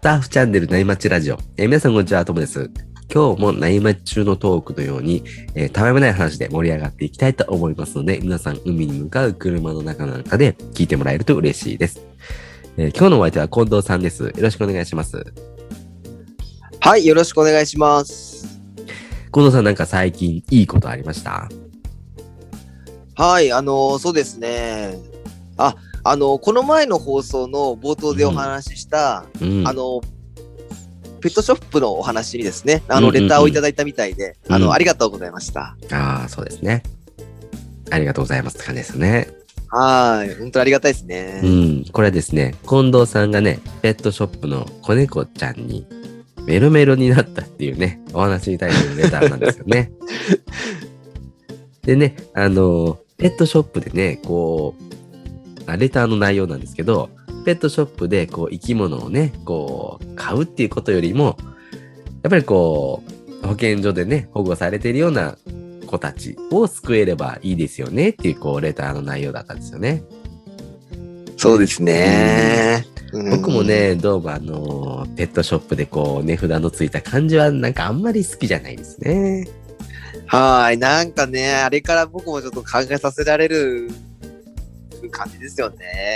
ターフチャンネル内町ラジオ。皆さんこんにちは、ともです。今日も内町中のトークのように、たわいもない話で盛り上がっていきたいと思いますので、皆さん海に向かう車の中なんかで聞いてもらえると嬉しいです。今日のお相手は近藤さんです。よろしくお願いします。 はい、よろしくお願いします。 近藤さん、なんか最近いいことありました？ はい、そうですね。この前の放送の冒頭でお話しした、ペットショップのお話にですね、レターをいただいたみたいで、ありがとうございました。 ああ、そうですね。ありがとうございますって感じですね。 はい、本当にありがたいですね。 これはですね、近藤さんがね、ペットショップの子猫ちゃんにメロメロになったっていうね、お話に対するレターなんですよね。でね、ペットショップでね、こう、レターの内容なんですけど、ペットショップでこう生き物をね、こう買うっていうことよりも、やっぱりこう保健所でね、保護されているような子たちを救えればいいですよねっていうこうレターの内容だったんですよね。 そうですね。 僕もね、どうもペットショップでこう値札のついた感じはなんかあんまり好きじゃないですね。 はい、なんかね、あれから僕もちょっと考えさせられる感じですよね。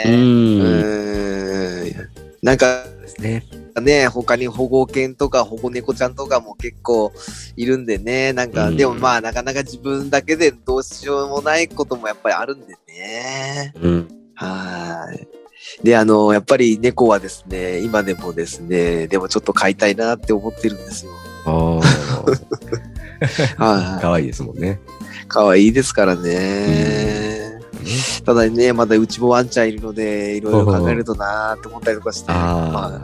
なんかですね、他に保護犬とか保護猫ちゃんとかも結構いるんでね、なんか、でもまあなかなか自分だけでどうしようもないこともやっぱりあるんでね。はい。で、やっぱり猫はですね、今でもですね、でもちょっと飼いたいなって思ってるんですよ。 可愛いですもんね。 可愛いですからね。ただね、まだうちもワンちゃんいるので、いろいろ考えるとなーって思ったりとかして、はい。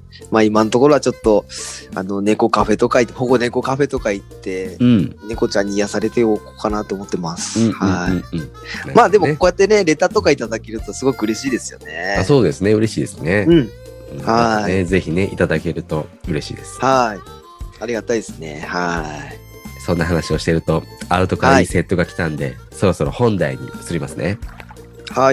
まあ今のところはちょっと、猫カフェとか行って、保護猫カフェとか行って、猫ちゃんに癒されておこうかなと思ってます。はい。まあでもこうやってね、レターとかいただけるとすごく嬉しいですよね。 そうですね、嬉しいですね。 はい。 ぜひね、いただけると嬉しいです。 はい。ありがたいですね。はい。 そんな話をしてると、アウトからいいセットが来たんで、そろそろ本題に移りますね。 はい。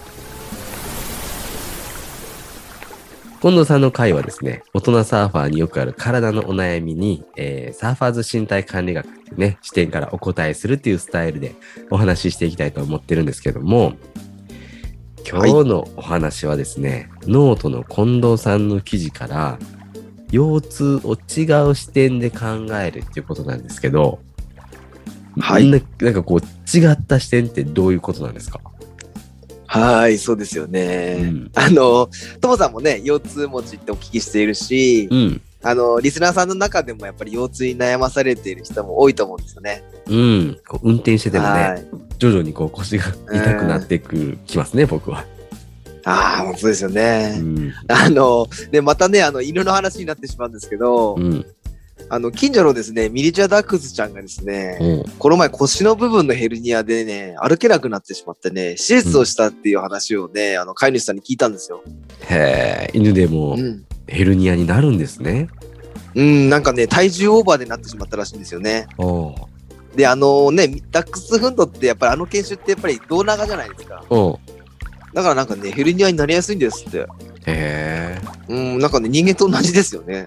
近藤さんの回はですね、大人サーファーによくある体のお悩みに、サーファーズ身体管理学っていうね、視点からお答えするっていうスタイルでお話ししていきたいと思ってるんですけども、今日のお話はですね、ノートの近藤さんの記事から、腰痛を違う視点で考えるっていうことなんですけど、なんかこう違った視点ってどういうことなんですか？ はい、そうですよね。ともさんもね、腰痛持ちってお聞きしているし、リスナーさんの中でもやっぱり腰痛に悩まされている人も多いと思うんですよね。 こう運転しててもね、徐々にこう腰が痛くなってきますね、僕は。 本当ですよね。で、またね、犬の話になってしまうんですけど、近所のですね、ミニチュアダックスちゃんがですね、この前腰の部分のヘルニアでね、歩けなくなってしまってね、手術をしたっていう話をね、飼い主さんに聞いたんですよ。 へー、犬でもヘルニアになるんですね。 なんかね、体重オーバーでなってしまったらしいんですよね。で、ダックスフンドってやっぱり犬種ってやっぱり胴長じゃないですか。だからなんかね、ヘルニアになりやすいんですって。なんかね、人間と同じですよね。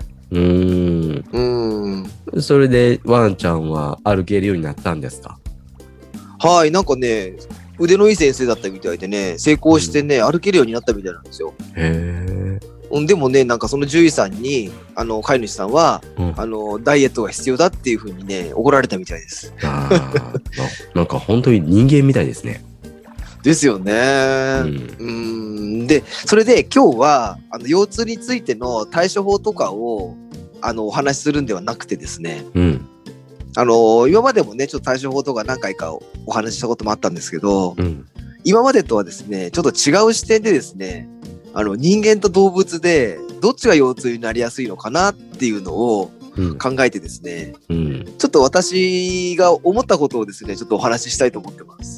それでワンちゃんは歩けるようになったんですか？ はい、なんかね、腕のいい先生だったみたいでね、成功してね、歩けるようになったみたいなんですよ。でもね、なんかその獣医さんに、飼い主さんは、ダイエットが必要だっていう風にね、怒られたみたいです。 なんか本当に人間みたいですね。 ですよね。で、それで今日は腰痛についての対処法とかをお話しするんではなくてですね、今までもねちょっと対処法とか何回かお話ししたこともあったんですけど、今までとはですねちょっと違う視点でですね、人間と動物でどっちが腰痛になりやすいのかなっていうのを考えてですね、ちょっと私が思ったことをですねちょっとお話ししたいと思ってます。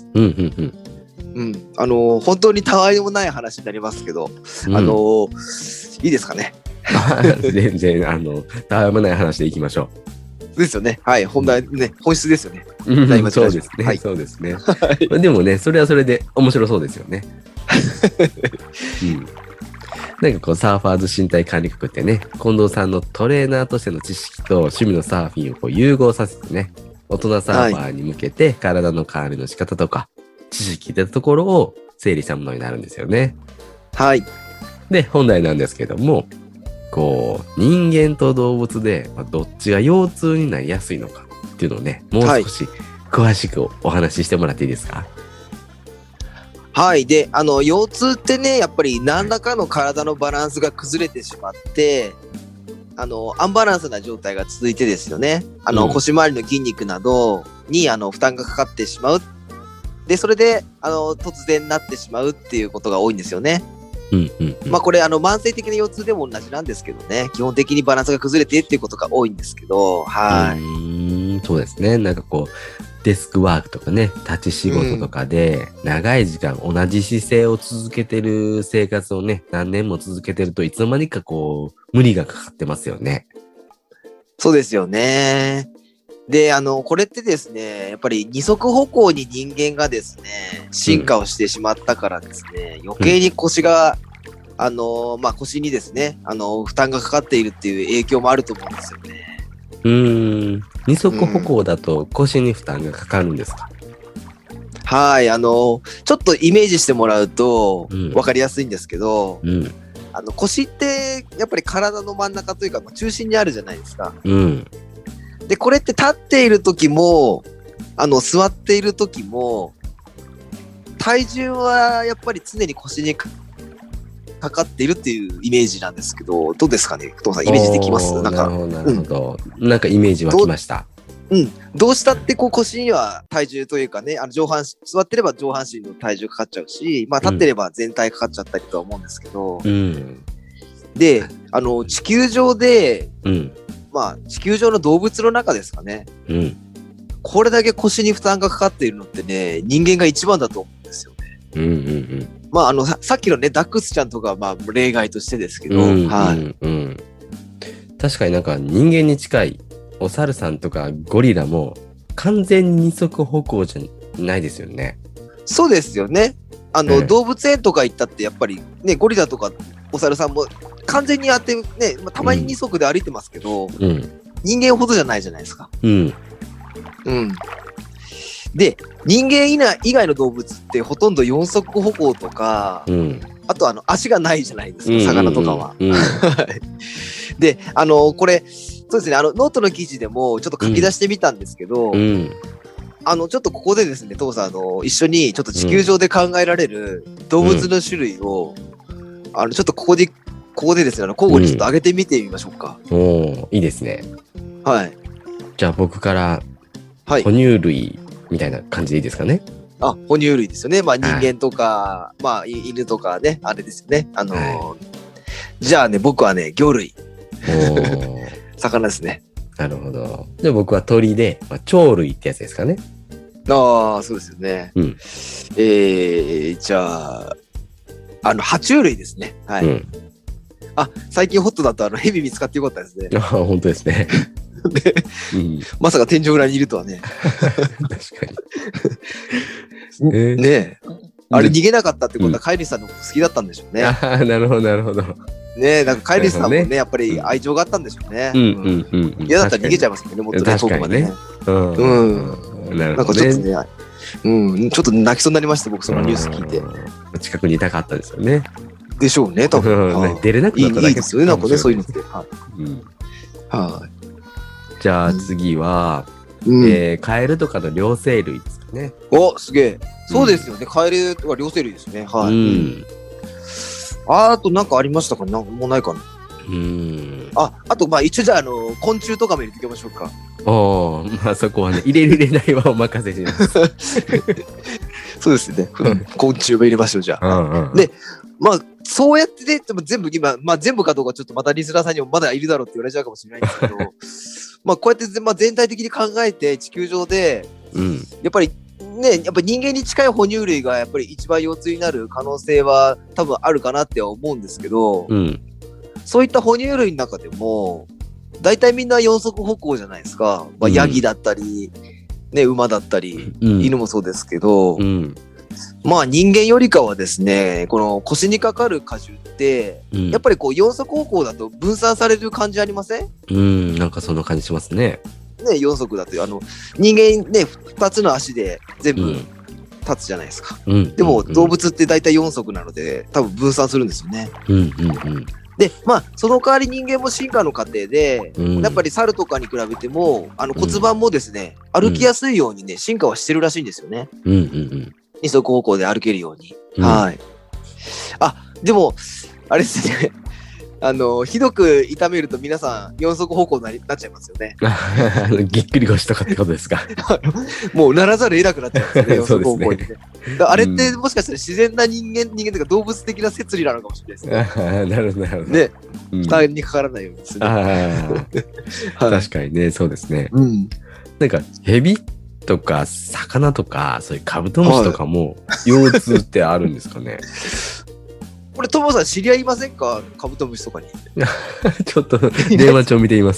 本当にたわいもない話になりますけど、いいですかね。 全然たわいもない話でいきましょう。ですよね。はい、本題ね、本質ですよね。 そうですね。そうですね。でもね、それはそれで面白そうですよね。 なんかこうサーファーズ身体管理局ってね、近藤さんのトレーナーとしての知識と趣味のサーフィンをこう融合させてね、大人サーファーに向けて体の管理の仕方とか知識ってところを整理したものになるんですよね。 はい。 で、本題なんですけども、こう人間と動物でどっちが腰痛になりやすいのかっていうのをね、もう少し詳しくお話ししてもらっていいですか？ はい。で、腰痛ってね、やっぱり何らかの体のバランスが崩れてしまって、アンバランスな状態が続いてですよね。腰回りの筋肉などに、負担がかかってしまう。で、それで、突然なってしまうっていうことが多いんですよね。まあ、これ、慢性的な腰痛でも同じなんですけどね、基本的にバランスが崩れてっていうことが多いんですけど、はい。 そうですね。なんかこう、デスクワークとかね、立ち仕事とかで、長い時間同じ姿勢を続けてる生活をね、何年も続けてるといつの間にかこう、無理がかかってますよね。 そうですよね。で、これってですね、やっぱり二足歩行に人間がですね、進化をしてしまったからですね、余計に腰が、まあ、腰にですね、負担がかかっているっていう影響もあると思うんですよね。 二足歩行だと腰に負担がかかるんですか？ はい、ちょっとイメージしてもらうと分かりやすいんですけど、腰ってやっぱり体の真ん中というか、中心にあるじゃないですか。で、これって立っている時も、座っている時も、体重はやっぱり常に腰にかかっているっていうイメージなんですけど、どうですかね、お父さん、イメージできます？ なるほど、なんかイメージ湧きました。 どうしたってこう腰には体重というかね、上半身、座ってれば上半身の体重かかっちゃうし、まあ立ってれば全体かかっちゃったりとは思うんですけど、で、地球上で、まあ地球上の動物の中ですかね、これだけ腰に負担がかかっているのってね、人間が一番だと思うんですよね。まあさっきのね、ダックスちゃんとかはまあ例外としてですけど、 確かになんか人間に近いお猿さんとかゴリラも完全に二足歩行じゃないですよね。 そうですよね。動物園とか行ったってやっぱりね、ゴリラとかお猿さんも完全にあってね、たまに二足で歩いてますけど、人間ほどじゃないじゃないですか。で、人間以外の動物ってほとんど四足歩行とか、あと足がないじゃないですか、魚とかは。で、これ、そうですね、ノートの記事でもちょっと書き出してみたんですけど、ちょっとここでですね、父さん、一緒にちょっと地球上で考えられる動物の種類を、ちょっとここでですね、交互にちょっと上げてみてみましょうか。 いいですね。 はい。 じゃあ僕から、哺乳類みたいな感じでいいですかね。 哺乳類ですよね。まあ人間とか、まあ犬とかね、あれですよね。じゃあね、僕はね、魚類。魚ですね。 なるほど。じゃあ僕は鳥で、鳥類ってやつですかね。 そうですよね。じゃあ、爬虫類ですね。はい。最近ホットだとヘビ見つかってよかったですね。 本当ですね。 まさか天井裏にいるとはね。 確かに。 ねえ。あれ逃げなかったってことは飼い主さんのこと好きだったんでしょうね。 なるほど、なるほど。 ねえ、なんか飼い主さんもね、やっぱり愛情があったんでしょうね。嫌だったら逃げちゃいますもんね、もっとね、遠くまでね。なんかちょっとね、ちょっと泣きそうになりました、僕、そのニュース聞いて。 近くにいたかったですよね。 でしょうね、多分。 出れなくなっただけですよね、なんかね、そういうのって。 じゃあ次は、カエルとかの両生類ですかね。 すげえ。そうですよね、カエルとか両生類ですね。はい。あとなんかありましたかね、なんかもうないかな。あとまあ一応じゃあ昆虫とかも入れていきましょうか。 まあそこはね、入れる入れないはお任せします。 そうですね。昆虫も入れましょう、じゃあ。で、まあそうやってね、全部今、まあ全部かどうかちょっとまたリスナーさんにもまだいるだろうって言われちゃうかもしれないんですけど、まあこうやって全体的に考えて地球上で、やっぱりね、やっぱ人間に近い哺乳類がやっぱり一番腰痛になる可能性は多分あるかなっては思うんですけど、そういった哺乳類の中でも大体みんな四足歩行じゃないですか。ヤギだったり、ね、馬だったり、犬もそうですけど、 まあ人間よりかはですね、この腰にかかる荷重って、やっぱりこう4足歩行だと分散される感じありません？ なんかそんな感じしますね。 ね、4足だと人間ね、2つの足で全部立つじゃないですか。でも動物って大体4足なので、多分分散するんですよね。で、まあ、その代わり人間も進化の過程で、やっぱり猿とかに比べても、骨盤もですね、歩きやすいようにね、進化はしてるらしいんですよね。二足歩行で歩けるように。はい。あ、でも、あれですね。ひどく痛めると皆さん四足歩行になっちゃいますよね。 ぎっくり腰とかってことですか？ もうならざる得なくなっちゃいますよね、四足歩行にね。あれってもしかしたら自然な人間というか動物的な摂理なのかもしれないですね。 なるほど、なるほど。 ね、負担にかからないようにする。 確かにね、そうですね。なんか、ヘビとか魚とか、そういうカブトムシとかも腰痛ってあるんですかね？ これ、トモさん知り合いませんか？カブトムシとかに。 ちょっと電話帳見ています。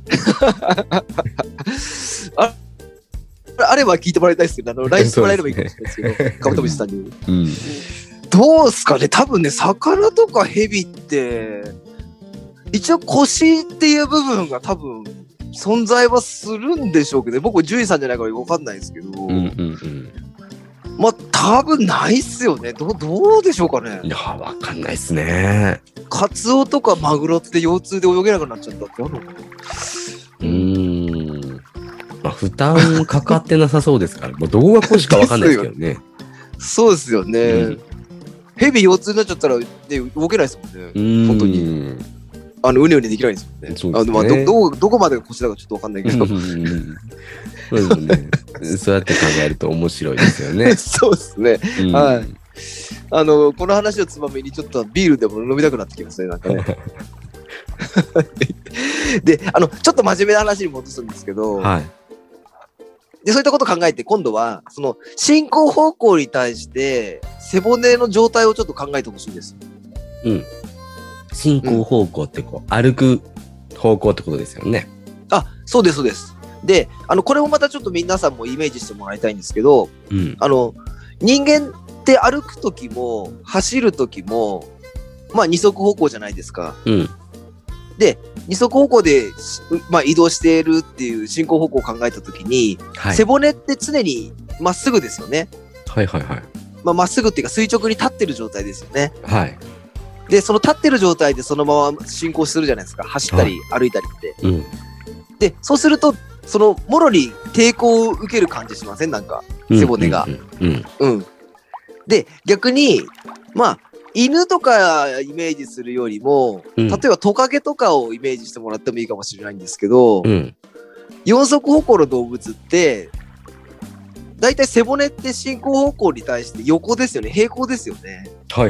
あれば聞いてもらいたいですけど、来週もらえればいいかもしれないですけど、カブトムシさんに。どうすかね、多分ね、魚とかヘビって、一応腰っていう部分が多分存在はするんでしょうけど、僕、獣医さんじゃないから分かんないですけど、まあ、多分ないっすよね。どうでしょうかね。 いや、わかんないっすね。 カツオとかマグロって腰痛で泳げなくなっちゃったってあるのかな？ まあ、負担かかってなさそうですから、もうどこが腰かわかんないですけどね。 そうですよね。ヘビ腰痛になっちゃったら、ね、動けないですもんね。本当に。うねうねできないんですもんね。そうですね。まあ、どこまでが腰だかちょっとわかんないけど。 そうですね。そうやって考えると面白いですよね。 そうですね。はい。この話をつまみにちょっとビールでも飲みたくなってきますね、なんかね。で、ちょっと真面目な話に戻すんですけど、で、そういったことを考えて、今度は、その、進行方向に対して、背骨の状態をちょっと考えてほしいんです。 進行方向って歩く方向ってことですよね。 あ、そうです、そうです。で、これもまたちょっと皆さんもイメージしてもらいたいんですけど、人間って歩くときも、走るときも、まあ二足歩行じゃないですか。で、二足歩行で、まあ、移動しているっていう進行方向を考えたときに、背骨って常にまっすぐですよね。まあ、まっすぐっていうか垂直に立ってる状態ですよね。で、その立ってる状態でそのまま進行するじゃないですか。走ったり歩いたりって。で、そうすると、もろに抵抗を受ける感じしません？なんか、背骨が。で、逆に、まあ、犬とかイメージするよりも、例えばトカゲとかをイメージしてもらってもいいかもしれないんですけど、四足歩行の動物って、だいたい背骨って進行方向に対して横ですよね。平行ですよね。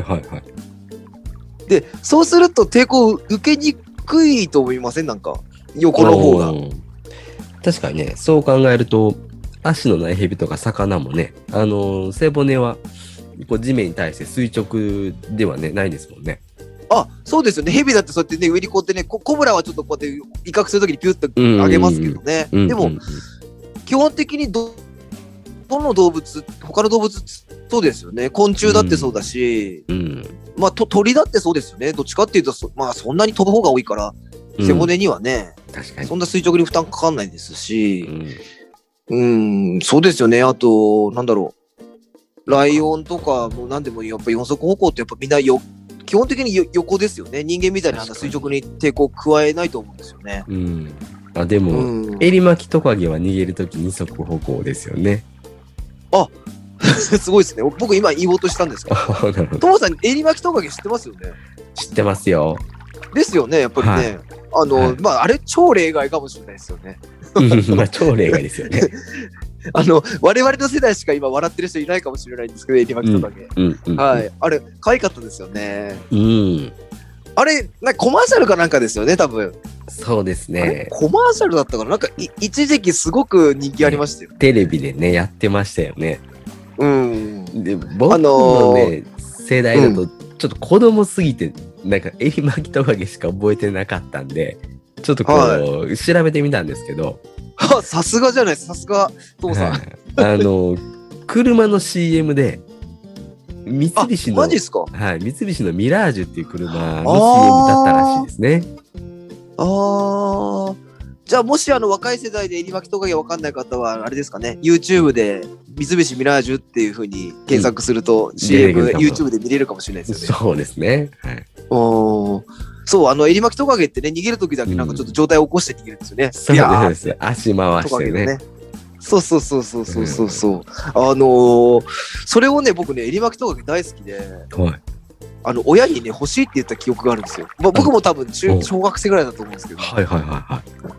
で、そうすると抵抗を受けにくいと思いません？なんか、横の方が。 確かにね、そう考えると、足のないヘビとか魚もね、背骨は地面に対して垂直ではね、ないですもんね。 あ、そうですよね。ヘビだってそうやってね、上にこうやってね、コブラはちょっとこうやって威嚇するときにピュッと上げますけどね。でも、基本的にどの動物、他の動物そうですよね。昆虫だってそうだし、まあ鳥だってそうですよね。どっちかっていうと、まあそんなに飛ぶ方が多いから、背骨にはね、そんな垂直に負担かかんないですし、そうですよね。あと、なんだろう。ライオンとかも何でもやっぱ四足歩行ってやっぱみんな基本的に横ですよね。人間みたいな垂直に抵抗を加えないと思うんですよね。 あ、でも、エリマキトカゲは逃げるとき二足歩行ですよね。 あ、すごいですね。僕今言おうとしたんですけど。トモさん、エリマキトカゲ知ってますよね？ 知ってますよ。 ですよね、やっぱりね。まあ、あれ超例外かもしれないですよね。 まあ、超例外ですよね。 我々の世代しか今笑ってる人いないかもしれないんですけど、エリマキトカゲ。はい。あれ、可愛かったですよね。あれ、コマーシャルかなんかですよね、多分。 そうですね。 コマーシャルだったかな、なんか一時期すごく人気ありましたよ。 テレビでね、やってましたよね。で、僕のね、世代だと、ちょっと子供すぎて、なんかエリマキトカゲしか覚えてなかったんで、ちょっと調べてみたんですけど。 さすがじゃないですか、さすが、トモさん。 車の CM で、 三菱の、 マジですか？ はい、三菱のミラージュっていう車の CM だったらしいですね。 じゃあもし若い世代でエリマキトカゲわかんない方はあれですかね、 YouTube で三菱ミラージュっていう風に検索すると、CM YouTube で見れるかもしれないですよね。 そうですね。はい。 そう、エリマキトカゲってね、逃げるときだけなんかちょっと状態を起こして逃げるんですよね。 そうです。足回してね。 そう。それをね、僕ね、エリマキトカゲ大好きで、はい。親にね、欲しいって言った記憶があるんですよ。僕も多分小学生ぐらいだと思うんですけど。 はい。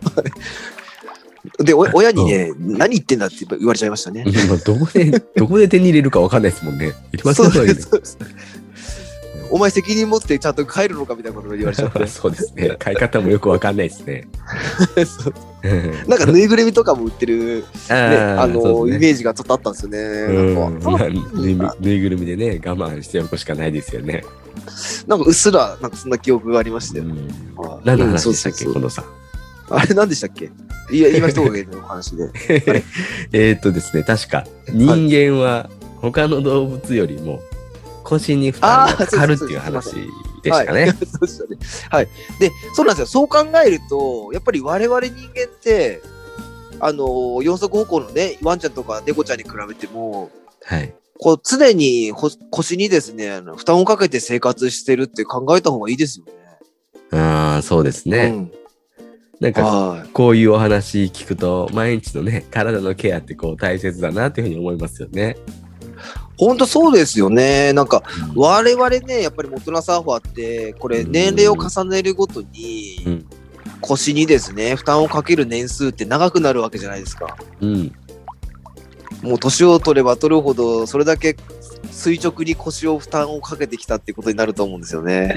で、親にね、何言ってんだって言われちゃいましたね。 どこで手に入れるか分かんないですもんね。 お前責任持ってちゃんと帰るのかみたいなこと言われちゃって。 そうですね。買い方もよく分かんないですね。 なんかぬいぐるみとかも売ってる、ね、イメージがちょっとあったんですよね。 ぬいぐるみでね、我慢しておくしかないですよね。 なんかうっすら、なんかそんな記憶がありまして。 何の話でしたっけ、近藤さん。 あれ何でしたっけ？今一言の話で。 ですね、確か人間は他の動物よりも腰に負担がかかるっていう話でしたね。 はい。で、そうなんですよ。そう考えると、やっぱり我々人間って、四足歩行のね、ワンちゃんとか猫ちゃんに比べても、はい。こう常に腰にですね、負担をかけて生活してるって考えた方がいいですよね。 そうですね。なんか、こういうお話聞くと、毎日のね、体のケアってこう大切だなっていうふうに思いますよね。 本当そうですよね。なんか、我々ね、やっぱり大人サーファーって、これ年齢を重ねるごとに、腰にですね、負担をかける年数って長くなるわけじゃないですか。もう年を取れば取るほど、それだけ垂直に腰を負担をかけてきたっていうことになると思うんですよね。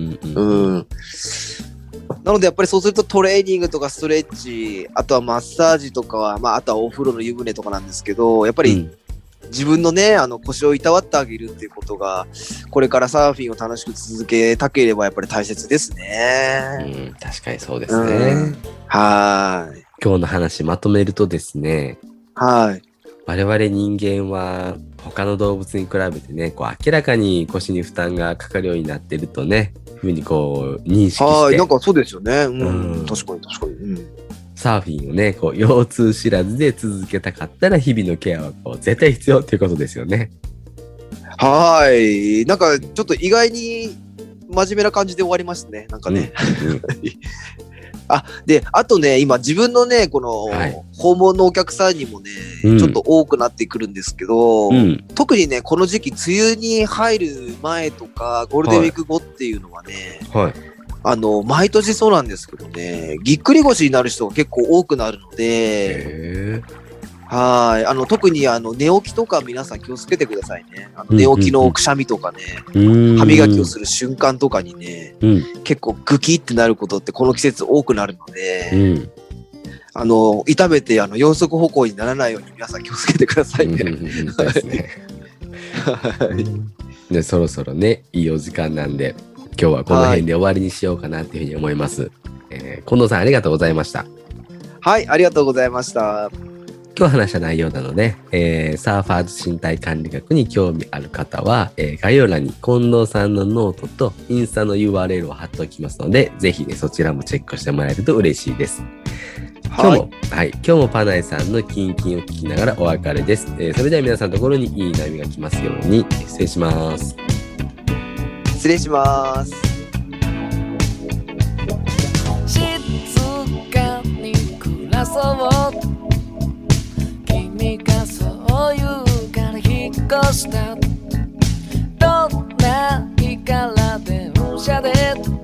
なのでやっぱりそうするとトレーニングとかストレッチ、あとはマッサージとかは、あとはお風呂の湯船とかなんですけど、やっぱり、自分のね、腰をいたわってあげるっていうことが、これからサーフィンを楽しく続けたければやっぱり大切ですね。 確かにそうですね。今日の話まとめるとですね。我々人間は他の動物に比べてね、こう明らかに腰に負担がかかるようになってるとね、ふうにこう認識して。 なんかそうですよね。確かに。 サーフィンをね、こう腰痛知らずで続けたかったら日々のケアはこう絶対必要っていうことですよね。 なんかちょっと意外に真面目な感じで終わりますね。なんかね。あとね、今自分のね、この訪問のお客さんにもね、ちょっと多くなってくるんですけど、特にね、この時期梅雨に入る前とかゴールデンウィーク後っていうのはね、毎年そうなんですけどね、ぎっくり腰になる人が結構多くなるので、特に寝起きとか皆さん気をつけてくださいね。寝起きのくしゃみとかね、歯磨きをする瞬間とかにね、結構グキってなることってこの季節多くなるので、痛めて四足歩行にならないように皆さん気をつけてくださいね。 で、そろそろね、いいお時間なんで、今日はこの辺で終わりにしようかなっていうふうに思います。近藤さんありがとうございました。 はい、ありがとうございました。 今日話した内容なので、サーファーズ身体管理学に興味ある方は、概要欄に近藤さんのノートとインスタの URL を貼っておきますので、ぜひね、そちらもチェックしてもらえると嬉しいです。今日もパナイさんのキンキンを聞きながらお別れです。それでは皆さんのところにいい波が来ますように、失礼します。 失礼します。 静かに暮らそう君がそう言うから引っ越したどんな日から電車で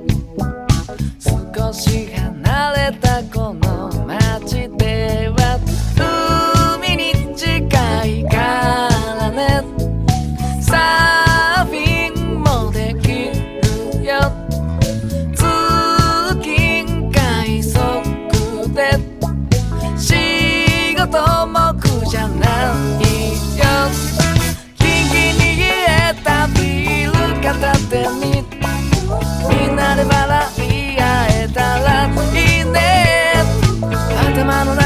少し離れたこの街では海に近いからねサーフィンもできるよ通勤快速で仕事も苦じゃないよキンキンに冷えたビール片手にみんなで笑い合えたらいいね頭の中